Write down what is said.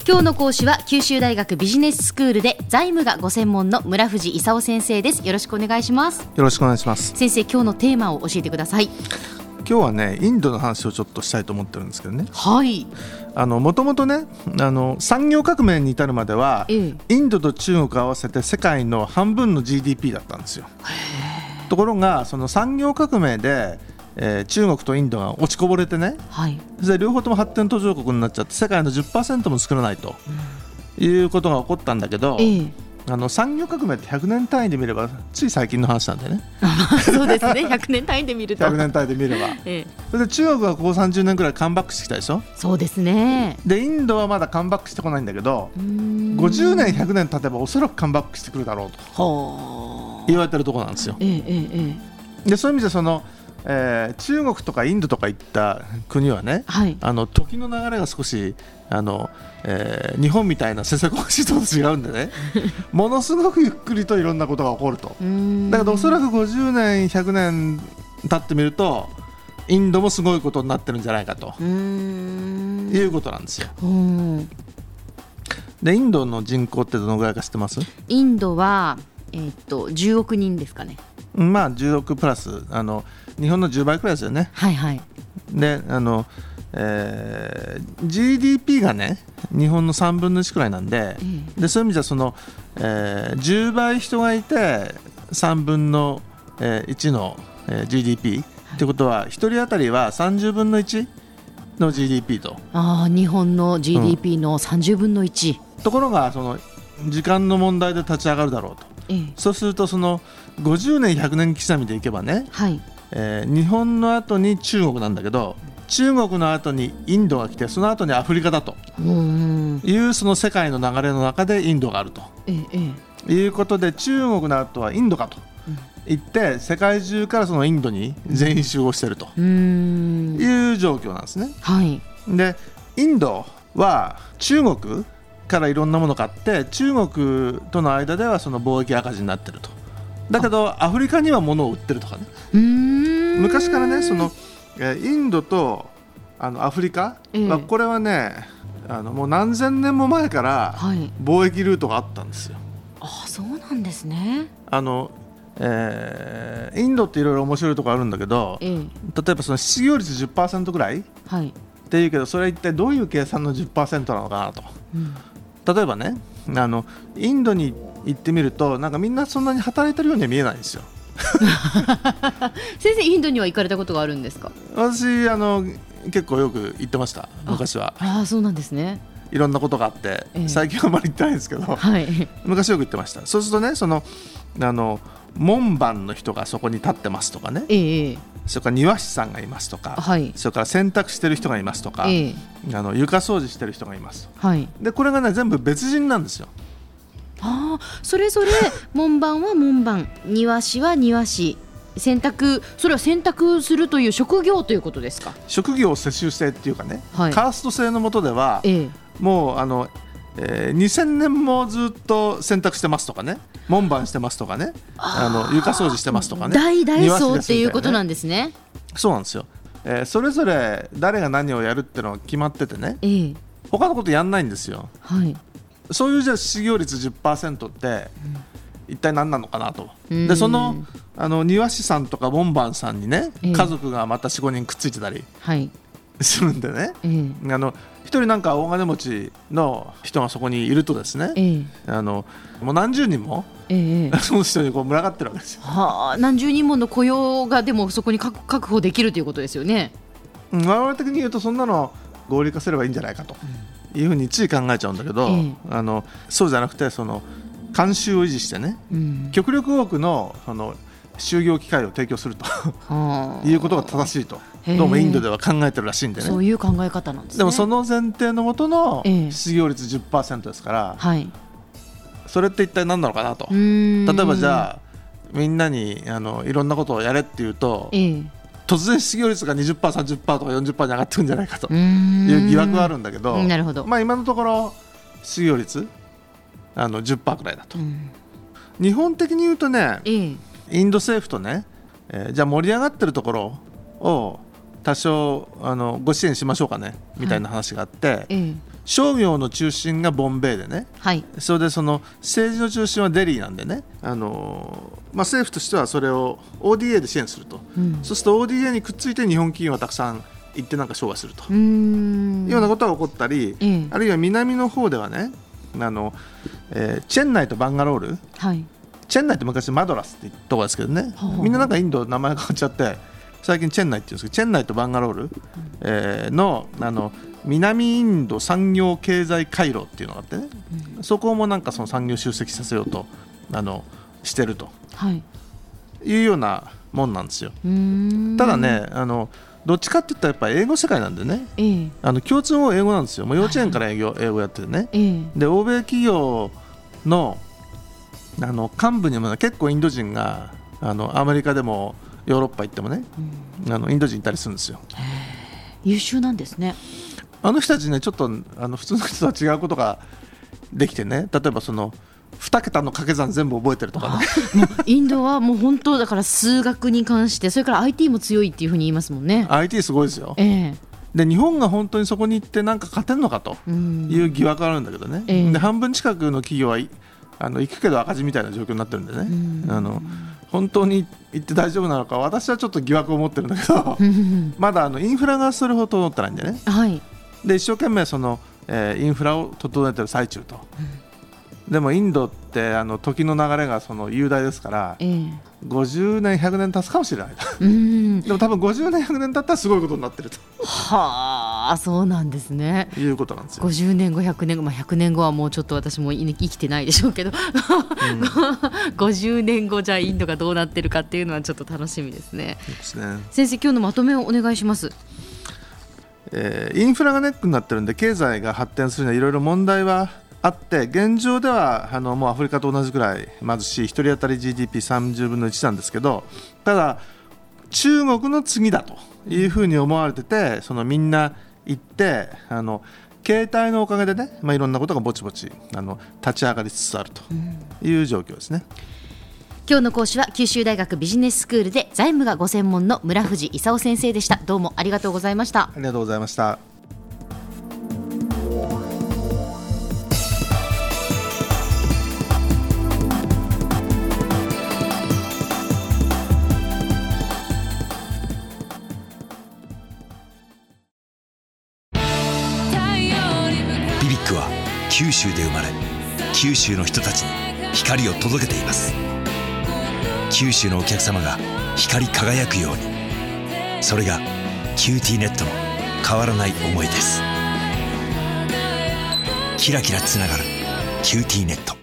今日の講師は九州大学ビジネススクールで財務がご専門の村藤勲先生です。よろしくお願いします。 よろしくお願いします。 先生、今日のテーマを教えてください。 今日はね、インドの話をちょっとしたいと思ってるんですけどね。 はい。 もともとね、産業革命に至るまでは、インドと中国合わせて世界の半分の GDP だったんですよ。ところがその産業革命で、中国とインドが落ちこぼれてね、はい、それで両方とも発展途上国になっちゃって世界の 10% も作らないと、いうことが起こったんだけど、産業革命って100年単位で見ればつい最近の話なんでねそうですね、100年単位で見ると 100年単位で見れば、それで中国はここ30年くらいカムバックしてきたでしょ。 そうですね。 でインドはまだカムバックしてこないんだけど、50年100年経てばおそらくカムバックしてくるだろうと言われてるところなんですよ。でそういう意味でその、中国とかインドとかいった国はね、はい、時の流れが少し日本みたいなせせこましいと違うんでねものすごくゆっくりといろんなことが起こると。だけどおそらく50年100年経ってみるとインドもすごいことになってるんじゃないかということなんですよ。でインドの人口ってどのぐらいか知ってます？ インドは、10億人ですかね。 まあ10億プラス日本の10倍くらいですよね。 はいはい。 でGDP がね日本の3分の1くらいなんで、でそういう意味じゃその、10倍人がいて3分の1の GDP ってことは1人当たりは30分の1の GDP と。 日本の GDP の30分の1、 ところがその時間の問題で立ち上がるだろうと。そうするとその50年100年刻みでいけばね、はい、日本の後に中国なんだけど中国の後にインドが来てその後にアフリカだというその世界の流れの中でインドがあるということで、中国の後はインドかと言って世界中からそのインドに全員集合しているという状況なんですね。はい、でインドは中国からいろんなものを買って中国との間ではその貿易赤字になっていると。だけどアフリカには物を売ってるとかね。昔からねそのインドとアフリカはこれはね、もう何千年も前から貿易ルートがあったんですよ。 そうなんですね。 インドっていろいろ面白いところあるんだけど、例えばその失業率 10% ぐらい、はい、っていうけどそれは一体どういう計算の 10% なのかなと、例えばねインドに行ってみるとなんかみんなそんなに働いてるようには見えないんですよ先生インドには行かれたことがあるんですか？ 私結構よく行ってました昔は。 そうなんですね。 いろんなことがあって、最近はあまり行ってないんですけど、はい、昔よく行ってました。そうするとねその門番の人がそこに立ってますとかね、それから庭師さんがいますとか、はい、それから洗濯してる人がいますとか、床掃除してる人がいます、はい、でこれがね全部別人なんですよ。 それぞれ門番は門番庭師は庭師洗濯それは洗濯するという職業ということですか？ 職業世襲制っていうかね、はい、カースト制の下では、もう2000年もずっと洗濯してますとかね門番してますとかね床掃除してますとかね代々そうっていうことなんですね。 そうなんですよ。それぞれ誰が何をやるっていうのが決まっててね、他のことやんないんですよ。はい、そういうじゃあ失業率 10% って、一体何なのかなと。でその庭師さんとか門番さんにね、家族がまた 4,5 人くっついてたりするんでね、一人なんか大金持ちの人がそこにいるとですね、もう何十人も、その人にこう群がってるわけですよ。 何十人もの雇用がでもそこに確保できるということですよね。 我々的に言うとそんなの合理化すればいいんじゃないかというふうについ考えちゃうんだけど、そうじゃなくてその慣習を維持してね、極力多くの就業機会を提供するということが正しいとどうもインドでは考えてるらしいんでね。 そういう考え方なんですね。 でもその前提のもとの失業率 10% ですから、それって一体何なのかなと。例えばじゃあみんなにいろんなことをやれっていうと、突然失業率が 20%、30% とか 40% に上がってくるんじゃないかという疑惑があるんだけど、 なるほど。 今のところ失業率10% くらいだと。日本的に言うとね、インド政府とね、じゃあ盛り上がってるところを多少ご支援しましょうかねみたいな話があって、 商業の中心がボンベイでね、はい、それでその政治の中心はデリーなんでね、政府としてはそれを ODA で支援すると、そうすると ODA にくっついて日本企業がたくさん行ってなんか商売するというようなことが起こったり、あるいは南の方ではね、チェンナイとバンガロール、はい、チェンナイって昔マドラスってとこですけどね、みんななんかインド名前変わっちゃって最近チェンナイって言うんですけど、チェンナイとバンガロール、の南インド産業経済回廊っていうのがあってね、そこもなんかその産業集積させようとしてると、はい、いうようなもんなんですよ。ただね、どっちかっていったらやっぱり英語世界なんでね、共通語英語なんですよ。もう幼稚園から英語やっててね、で欧米企業の幹部にも結構インド人がアメリカでもヨーロッパ行ってもね、インド人いたりするんですよ。 優秀なんですね。 あの人たちね、ちょっと普通の人とは違うことができてね、例えばその2桁の掛け算全部覚えてるとかね。 もうインドはもう本当だから数学に関して、それから IT も強いっていうふうに言いますもんね。 IT すごいですよ、で日本が本当にそこに行ってなんか勝てるのかという疑惑があるんだけどね、で半分近くの企業は行くけど赤字みたいな状況になってるんでね、本当に行って大丈夫なのか私はちょっと疑惑を持ってるんだけどまだインフラがそれほど整ってないんでね、はい、で一生懸命その、インフラを整えてる最中と、でもインドって時の流れがその雄大ですから、50年100年経つかもしれないでも多分50年100年経ったらすごいことになってると。 はあ、そうなんですね。 いうことなんですよ。 50年後100年後、100年後はもうちょっと私も生きてないでしょうけど、50年後じゃあインドがどうなってるかっていうのはちょっと楽しみですね。 そうですね。 先生、今日のまとめをお願いします。 インフラがネックになってるんで経済が発展するにはいろいろ問題はあって、現状ではもうアフリカと同じくらい貧しい、1人当たり GDP30 分の1なんですけど、ただ中国の次だというふうに思われてて、そのみんな行って携帯のおかげでね、いろんなことがぼちぼち立ち上がりつつあるという状況ですね。 今日の講師は九州大学ビジネススクールで財務がご専門の村藤勲先生でした。どうもありがとうございました。 ありがとうございました。 ビビックは九州で生まれ、九州の人たちに光を届けています。九州のお客様が光り輝くように、それがキューティーネットの変わらない思いです。キラキラつながるキューティーネット。